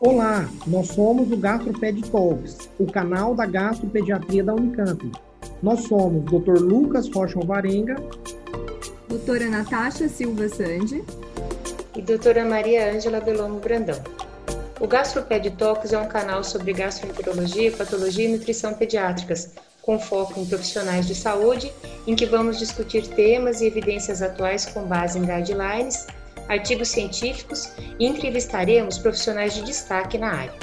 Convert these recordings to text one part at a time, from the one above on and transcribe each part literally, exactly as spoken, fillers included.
Olá, nós somos o GastroPed Talks, o canal da gastropediatria da Unicamp. Nós somos o doutor Lucas Rocha Alvarenga, doutora Natasha Silva Sandi e doutora Maria Ângela Belomo Brandão. O GastroPed Talks é um canal sobre gastroenterologia, patologia e nutrição pediátricas, com foco em profissionais de saúde, em que vamos discutir temas e evidências atuais com base em guidelines, artigos científicos e entrevistaremos profissionais de destaque na área.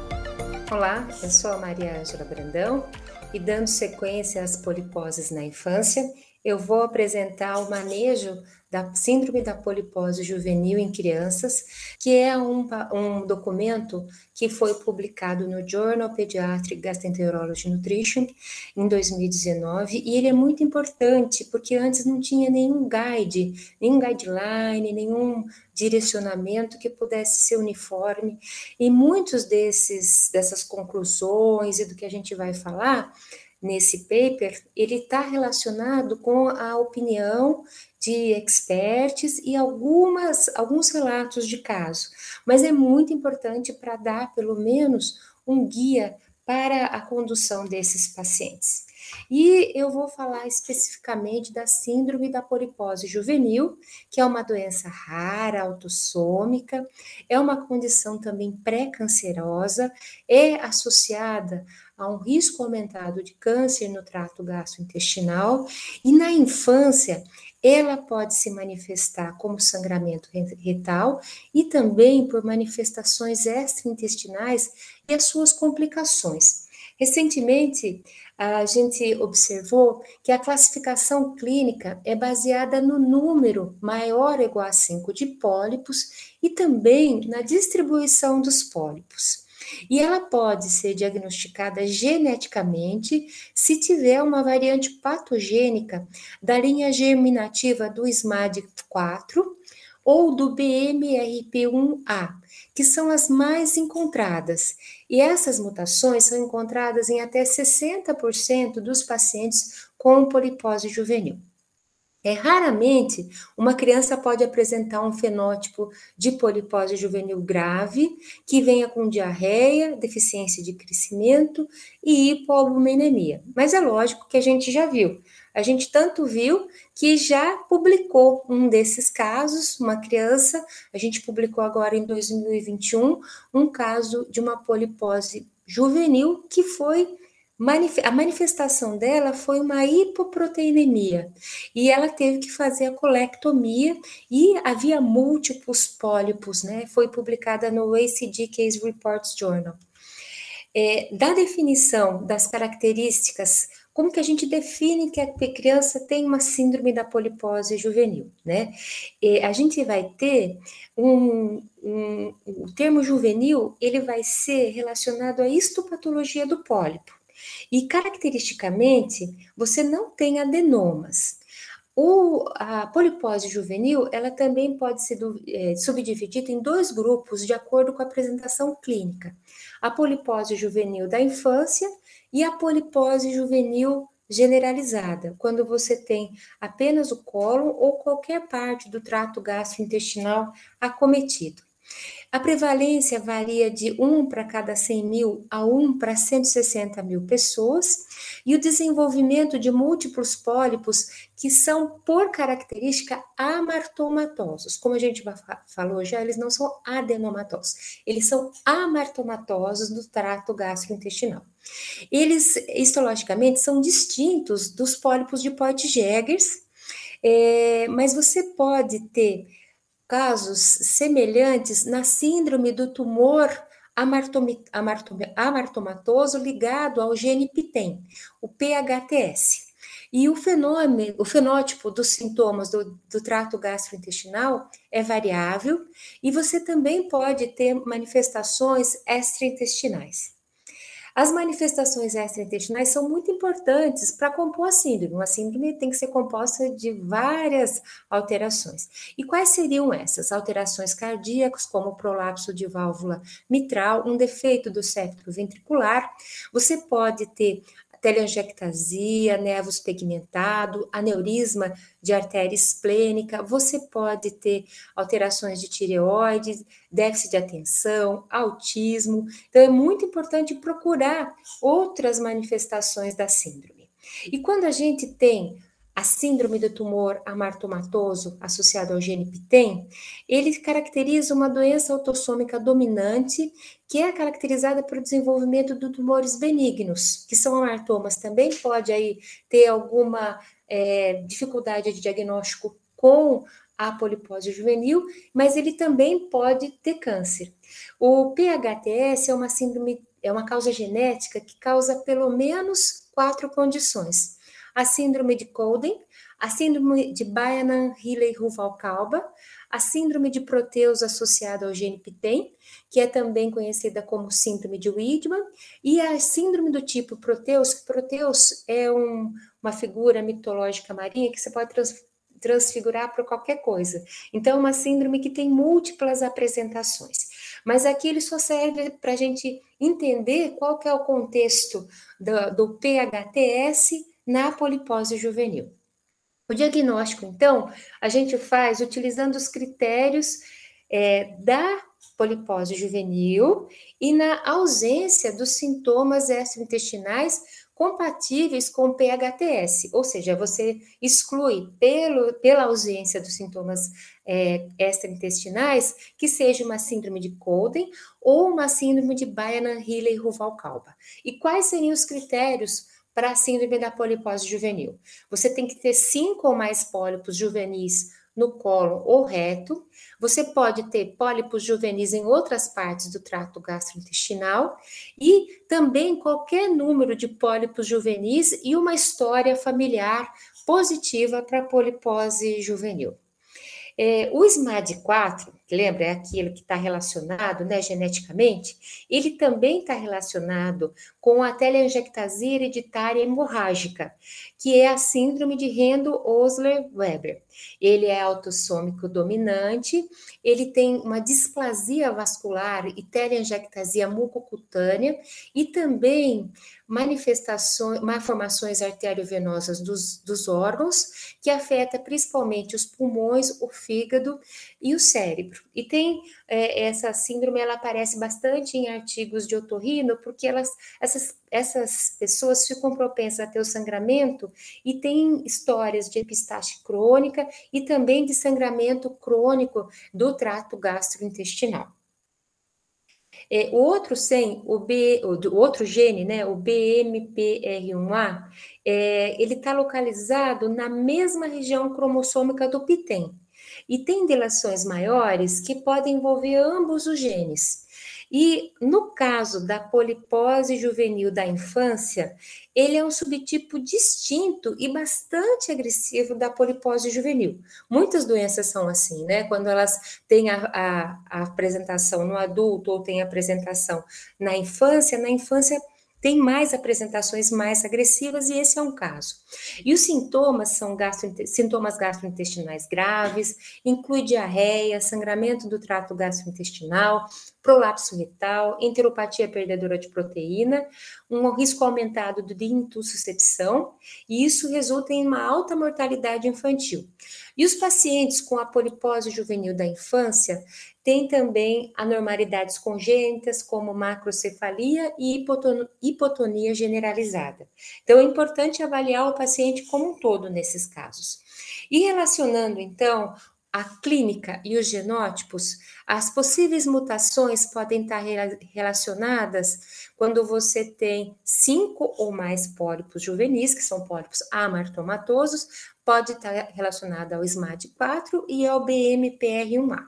Olá, eu sou a Maria Ângela Brandão e, dando sequência às poliposes na infância, eu vou apresentar o manejo da síndrome da polipose juvenil em crianças, que é um, um documento que foi publicado no Journal Pediatric Gastroenterology Nutrition em dois mil e dezenove, e ele é muito importante porque antes não tinha nenhum guide, nenhum guideline, nenhum direcionamento que pudesse ser uniforme, e muitos desses, dessas conclusões e do que a gente vai falar nesse paper, ele está relacionado com a opinião de experts e algumas, alguns relatos de caso, mas é muito importante para dar pelo menos um guia para a condução desses pacientes. E eu vou falar especificamente da síndrome da polipose juvenil, que é uma doença rara, autossômica, é uma condição também pré-cancerosa, é associada a um risco aumentado de câncer no trato gastrointestinal, e na infância ela pode se manifestar como sangramento retal e também por manifestações extraintestinais e as suas complicações. Recentemente, a gente observou que a classificação clínica é baseada no número maior ou igual a cinco de pólipos e também na distribuição dos pólipos. E ela pode ser diagnosticada geneticamente se tiver uma variante patogênica da linha germinativa do S M A D quatro ou do B M R P um A, que são as mais encontradas. E essas mutações são encontradas em até sessenta por cento dos pacientes com polipose juvenil. É, raramente, uma criança pode apresentar um fenótipo de polipose juvenil grave, que venha com diarreia, deficiência de crescimento e hipoalbuminemia. Mas é lógico que a gente já viu. A gente tanto viu que já publicou um desses casos, uma criança, a gente publicou agora em dois mil e vinte e um, um caso de uma polipose juvenil que foi a manifestação dela foi uma hipoproteinemia e ela teve que fazer a colectomia e havia múltiplos pólipos, né? Foi publicada no A C D Case Reports Journal. É, da definição das características, como que a gente define que a criança tem uma síndrome da polipose juvenil, né? E a gente vai ter um, um, o termo juvenil, ele vai ser relacionado à histopatologia do pólipo. E, caracteristicamente, você não tem adenomas. O, a polipose juvenil, ela também pode ser é, subdividida em dois grupos de acordo com a apresentação clínica. A polipose juvenil da infância e a polipose juvenil generalizada, quando você tem apenas o cólon ou qualquer parte do trato gastrointestinal acometido. A prevalência varia de um para cada cem mil a um para cento e sessenta mil pessoas, e o desenvolvimento de múltiplos pólipos que são, por característica, amartomatosos. Como a gente falou já, eles não são adenomatosos, eles são amartomatosos no trato gastrointestinal. Eles, histologicamente, são distintos dos pólipos de Poit-Jeghers, é, mas você pode ter casos semelhantes na síndrome do tumor amartomatoso ligado ao gene P T E M, o P H T S. E o fenômeno, o fenótipo dos sintomas do, do trato gastrointestinal é variável e você também pode ter manifestações extraintestinais. As manifestações extraintestinais são muito importantes para compor a síndrome. Uma síndrome tem que ser composta de várias alterações. E quais seriam essas? Alterações cardíacas, como o prolapso de válvula mitral, um defeito do septo ventricular. Você pode ter telangiectasia, nervos pigmentado, aneurisma de artéria esplênica, você pode ter alterações de tireoide, déficit de atenção, autismo. Então, é muito importante procurar outras manifestações da síndrome. E quando a gente tem a síndrome do tumor amartomatoso associado ao gene P T E M, ele caracteriza uma doença autossômica dominante, que é caracterizada pelo desenvolvimento de tumores benignos, que são amartomas. Também pode aí ter alguma é, dificuldade de diagnóstico com a polipose juvenil, mas ele também pode ter câncer. O P H T S é uma síndrome, é uma causa genética que causa pelo menos quatro condições: a síndrome de Cowden, a síndrome de Bayanan-Riley-Ruvalcaba, a síndrome de Proteus associada ao gene P T E M, que é também conhecida como síndrome de Wiedemann, e a síndrome do tipo Proteus. Proteus é um, uma figura mitológica marinha que você pode trans, transfigurar para qualquer coisa. Então, é uma síndrome que tem múltiplas apresentações. Mas aqui ele só serve para a gente entender qual que é o contexto do, do P H T S na polipose juvenil. O diagnóstico, então, a gente faz utilizando os critérios é, da polipose juvenil e na ausência dos sintomas gastrointestinais compatíveis com o P H T S, ou seja, você exclui pelo, pela ausência dos sintomas é, extraintestinais que seja uma síndrome de Cowden ou uma síndrome de Bayanan-Riley-Ruvalcaba. E quais seriam os critérios para a síndrome da polipose juvenil? Você tem que ter cinco ou mais pólipos juvenis no cólon ou reto. Você pode ter pólipos juvenis em outras partes do trato gastrointestinal e também qualquer número de pólipos juvenis e uma história familiar positiva para a polipose juvenil. É, o S M A D quatro, que lembra, é aquilo que está relacionado, né, geneticamente, ele também está relacionado com a telangiectasia hereditária hemorrágica, que é a síndrome de Rendo-Osler-Weber. Ele é autossômico dominante, ele tem uma displasia vascular e telangiectasia mucocutânea e também manifestações, malformações arteriovenosas dos, dos órgãos, que afeta principalmente os pulmões, o fígado e o cérebro. E tem é, essa síndrome, ela aparece bastante em artigos de otorrino, porque elas, essas, essas pessoas ficam propensas a ter o sangramento e tem histórias de epistaxe crônica e também de sangramento crônico do trato gastrointestinal. É, o outro sem, o, B, o outro gene, né, o B M P R um A, é, ele está localizado na mesma região cromossômica do P T E M. E tem deleções maiores que podem envolver ambos os genes. E no caso da polipose juvenil da infância, ele é um subtipo distinto e bastante agressivo da polipose juvenil. Muitas doenças são assim, né? Quando elas têm a, a, a apresentação no adulto ou têm a apresentação na infância, na infância tem mais apresentações mais agressivas, e esse é um caso. E os sintomas são gastro, sintomas gastrointestinais graves, inclui diarreia, sangramento do trato gastrointestinal, prolapso retal, enteropatia perdedora de proteína, um risco aumentado de intussuscepção, e isso resulta em uma alta mortalidade infantil. E os pacientes com a polipose juvenil da infância têm também anormalidades congênitas, como macrocefalia e hipotonia generalizada. Então, é importante avaliar o paciente como um todo nesses casos. E relacionando, então, a clínica e os genótipos, as possíveis mutações podem estar relacionadas quando você tem cinco ou mais pólipos juvenis, que são pólipos amartomatosos, pode estar relacionada ao S M A D quatro e ao B M P R um A.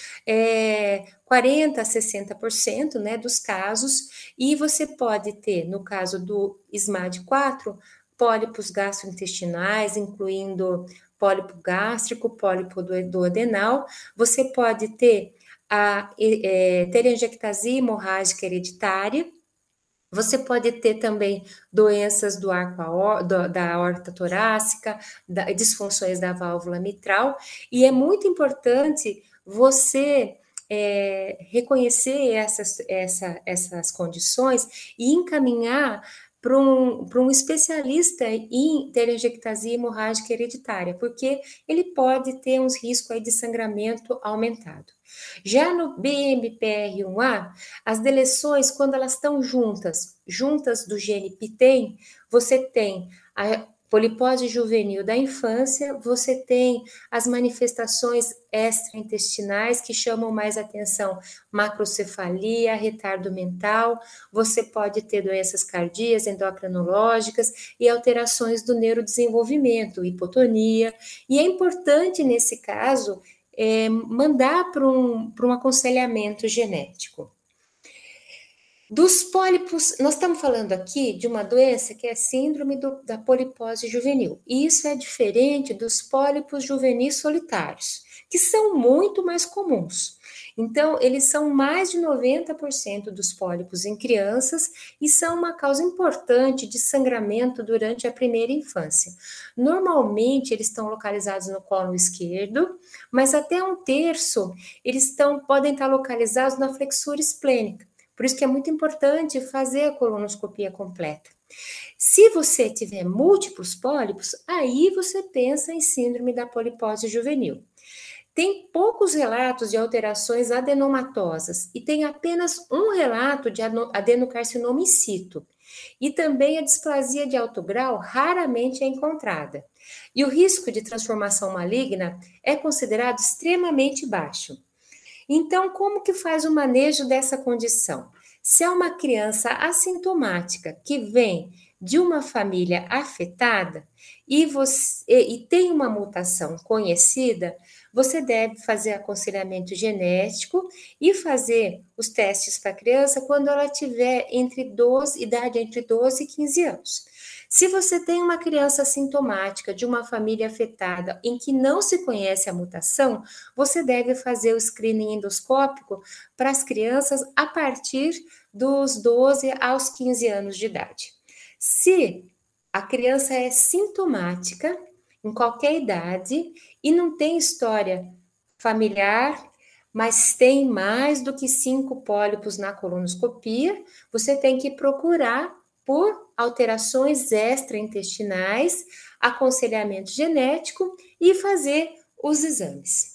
É, quarenta a sessenta por cento, né, dos casos, e você pode ter, no caso do S M A D quatro, pólipos gastrointestinais, incluindo pólipo gástrico, pólipo duodenal. Você pode ter a é, telangiectasia hemorrágica hereditária. Você pode ter também doenças do arco do, da aorta torácica, da, disfunções da válvula mitral, e é muito importante você é, reconhecer essas, essa, essas condições e encaminhar para um, para um especialista em telangiectasia hemorrágica hereditária, porque ele pode ter uns riscos aí de sangramento aumentado. Já no B M P R um A, as deleções, quando elas estão juntas, juntas do gene P T E M, você tem a polipose juvenil da infância, você tem as manifestações extraintestinais que chamam mais atenção, macrocefalia, retardo mental, você pode ter doenças cardíacas, endocrinológicas e alterações do neurodesenvolvimento, hipotonia, e é importante nesse caso é, mandar para um, para um aconselhamento genético. Dos pólipos, nós estamos falando aqui de uma doença que é a síndrome do, da polipose juvenil. E isso é diferente dos pólipos juvenis solitários, que são muito mais comuns. Então, eles são mais de noventa por cento dos pólipos em crianças e são uma causa importante de sangramento durante a primeira infância. Normalmente, eles estão localizados no colo esquerdo, mas até um terço, eles estão, podem estar localizados na flexura esplênica. Por isso que é muito importante fazer a colonoscopia completa. Se você tiver múltiplos pólipos, aí você pensa em síndrome da polipose juvenil. Tem poucos relatos de alterações adenomatosas e tem apenas um relato de adenocarcinoma in situ. E também a displasia de alto grau raramente é encontrada. E o risco de transformação maligna é considerado extremamente baixo. Então, como que faz o manejo dessa condição? Se é uma criança assintomática que vem de uma família afetada e, você, e, e tem uma mutação conhecida, você deve fazer aconselhamento genético e fazer os testes para a criança quando ela tiver entre doze, idade entre doze e quinze anos. Se você tem uma criança assintomática de uma família afetada em que não se conhece a mutação, você deve fazer o screening endoscópico para as crianças a partir dos doze aos quinze anos de idade. Se a criança é sintomática, em qualquer idade, e não tem história familiar, mas tem mais do que cinco pólipos na colonoscopia, você tem que procurar por alterações extraintestinais, aconselhamento genético e fazer os exames.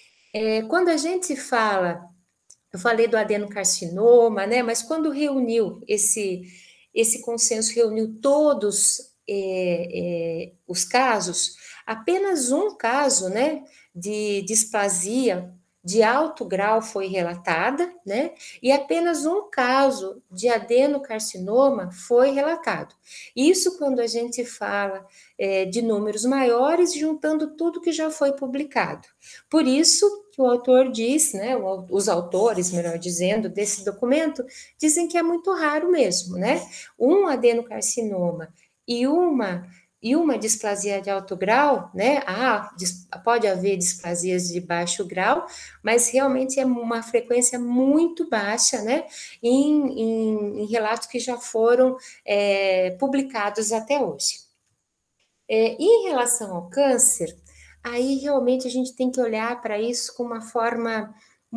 É, quando a gente fala, eu falei do adenocarcinoma, né? Mas quando reuniu esse, esse consenso, reuniu todos é, é, os casos, apenas um caso, né, de displasia de alto grau foi relatada, né? E apenas um caso de adenocarcinoma foi relatado. Isso quando a gente fala é, de números maiores, juntando tudo que já foi publicado. Por isso que o autor diz, né? Os autores, melhor dizendo, desse documento, dizem que é muito raro mesmo, né? Um adenocarcinoma e uma E uma displasia de alto grau, né? Ah, pode haver displasias de baixo grau, mas realmente é uma frequência muito baixa, né? Em, em, em relatos que já foram é, publicados até hoje. É, em relação ao câncer, aí realmente a gente tem que olhar para isso com uma forma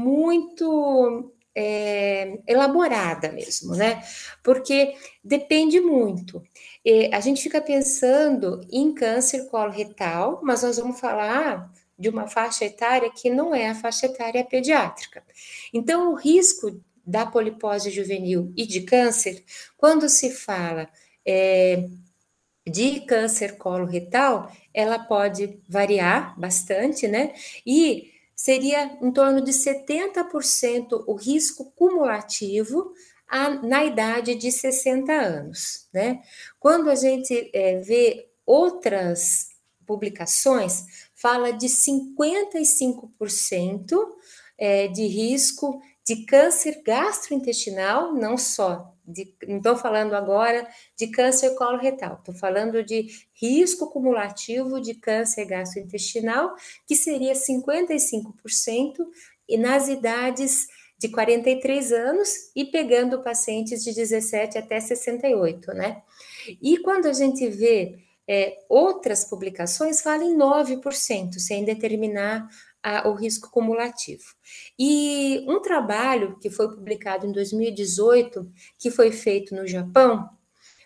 muito É, elaborada mesmo, né? Porque depende muito. E a gente fica pensando em câncer coloretal, mas nós vamos falar de uma faixa etária que não é a faixa etária pediátrica. Então, o risco da polipose juvenil e de câncer, quando se fala é, de câncer coloretal, ela pode variar bastante, né? E seria em torno de setenta por cento o risco cumulativo a, na idade de sessenta anos, né? Quando a gente é, vê outras publicações, fala de cinquenta e cinco por cento é, de risco de câncer gastrointestinal, não só, de, não estou falando agora de câncer coloretal, estou falando de risco cumulativo de câncer gastrointestinal, que seria cinquenta e cinco por cento, e nas idades de quarenta e três anos e pegando pacientes de dezessete até sessenta e oito, né? E quando a gente vê é, outras publicações, fala em nove por cento, sem determinar a, o risco cumulativo. E um trabalho que foi publicado em dois mil e dezoito, que foi feito no Japão,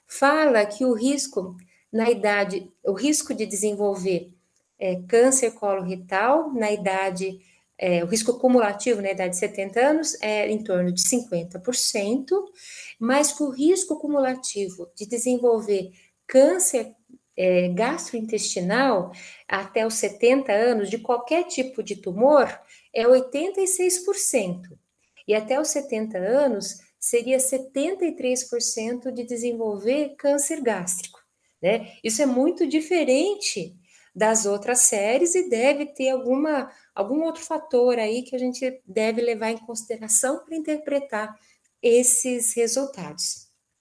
fala que o risco na idade, o risco de desenvolver é, câncer coloretal na idade, é, o risco cumulativo na idade de setenta anos é em torno de cinquenta por cento, mas que o risco cumulativo de desenvolver câncer é, gastrointestinal até os setenta anos, de qualquer tipo de tumor, é oitenta e seis por cento. E até os setenta anos, seria setenta e três por cento de desenvolver câncer gástrico, né? Isso é muito diferente das outras séries e deve ter alguma, algum outro fator aí que a gente deve levar em consideração para interpretar esses resultados.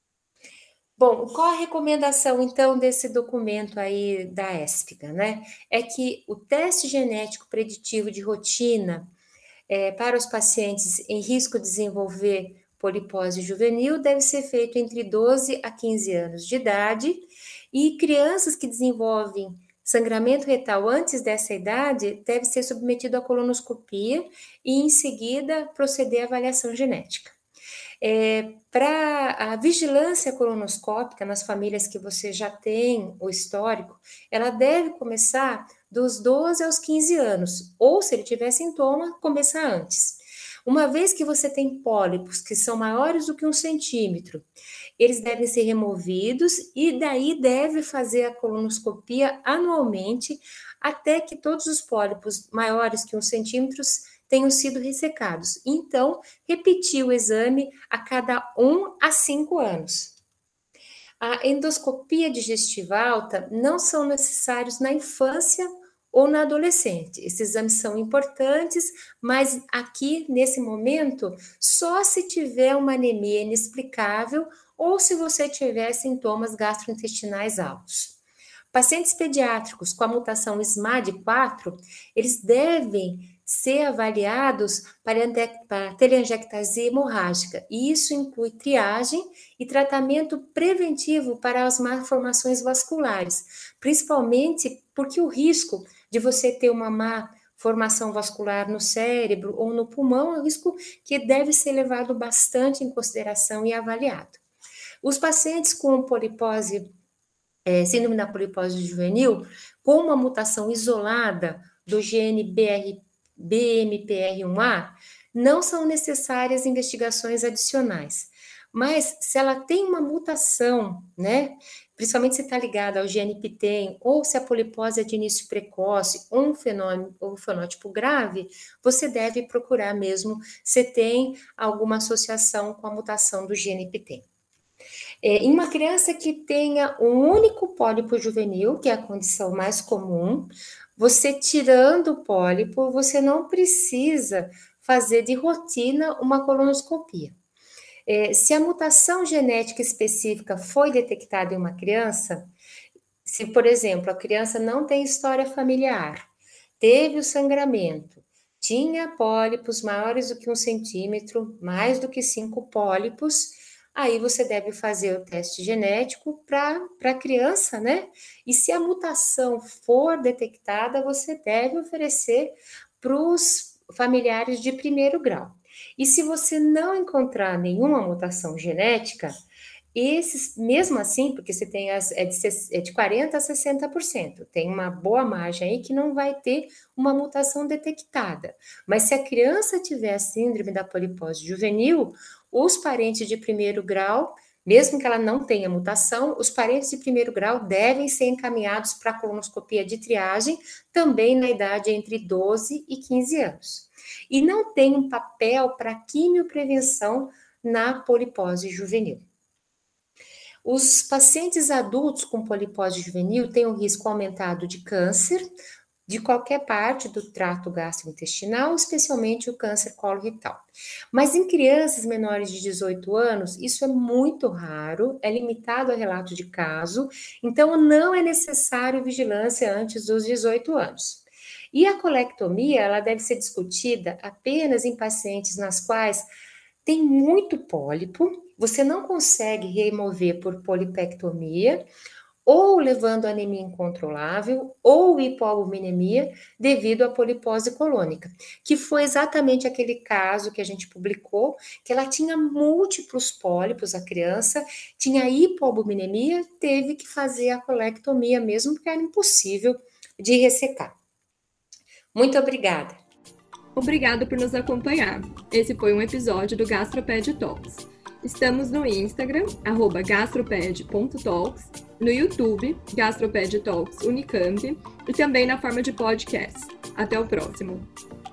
Bom, qual a recomendação, então, desse documento aí da ESPGA, né? É que o teste genético preditivo de rotina é, para os pacientes em risco de desenvolver polipose juvenil deve ser feito entre doze a quinze anos de idade, e crianças que desenvolvem sangramento retal antes dessa idade deve ser submetido à colonoscopia e, em seguida, proceder à avaliação genética. É, para a vigilância colonoscópica nas famílias que você já tem o histórico, ela deve começar dos doze aos quinze anos, ou se ele tiver sintoma, começar antes. Uma vez que você tem pólipos que são maiores do que um centímetro, eles devem ser removidos e daí deve fazer a colonoscopia anualmente até que todos os pólipos maiores que um centímetro tenham sido ressecados. Então, repetir o exame a cada um a cinco anos. A endoscopia digestiva alta não são necessários na infância ou na adolescente. Esses exames são importantes, mas aqui, nesse momento, só se tiver uma anemia inexplicável ou se você tiver sintomas gastrointestinais altos. Pacientes pediátricos com a mutação S M A D quatro, eles devem ser avaliados para, para telangiectasia hemorrágica, e isso inclui triagem e tratamento preventivo para as malformações vasculares, principalmente porque o risco de você ter uma má formação vascular no cérebro ou no pulmão é um risco que deve ser levado bastante em consideração e avaliado. Os pacientes com polipose, é, síndrome da polipose juvenil, com uma mutação isolada do gene B R B M P R um A, não são necessárias investigações adicionais. Mas se ela tem uma mutação, né, principalmente se está ligada ao gene P T E M, ou se a polipose é de início precoce, ou um fenômeno, ou um fenótipo grave, você deve procurar mesmo se tem alguma associação com a mutação do gene P T E M. É, em uma criança que tenha um único pólipo juvenil, que é a condição mais comum, você tirando o pólipo, você não precisa fazer de rotina uma colonoscopia. É, se a mutação genética específica foi detectada em uma criança, se, por exemplo, a criança não tem história familiar, teve o sangramento, tinha pólipos maiores do que um centímetro, mais do que cinco pólipos, aí você deve fazer o teste genético para a criança, né? E se a mutação for detectada, você deve oferecer para os familiares de primeiro grau. E se você não encontrar nenhuma mutação genética, esses, mesmo assim, porque você tem as, é, de, é de quarenta por cento a sessenta por cento, tem uma boa margem aí que não vai ter uma mutação detectada. Mas se a criança tiver a síndrome da polipose juvenil, os parentes de primeiro grau, mesmo que ela não tenha mutação, os parentes de primeiro grau devem ser encaminhados para a colonoscopia de triagem, também na idade entre doze e quinze anos. E não tem um papel para quimioprevenção na polipose juvenil. Os pacientes adultos com polipose juvenil têm um risco aumentado de câncer de qualquer parte do trato gastrointestinal, especialmente o câncer coloretal. Mas em crianças menores de dezoito anos, isso é muito raro, é limitado a relato de caso, então não é necessário vigilância antes dos dezoito anos. E a colectomia, ela deve ser discutida apenas em pacientes nas quais tem muito pólipo, você não consegue remover por polipectomia, ou levando a anemia incontrolável ou hipoalbuminemia devido à polipose colônica, que foi exatamente aquele caso que a gente publicou, que ela tinha múltiplos pólipos, a criança tinha hipoalbuminemia, teve que fazer a colectomia mesmo, porque era impossível de ressecar. Muito obrigada. Obrigado por nos acompanhar. Esse foi um episódio do GastroPed Talks. Estamos no Instagram, arroba gastroped ponto talks, no YouTube, GastroPed Talks Unicamp, e também na forma de podcast. Até o próximo!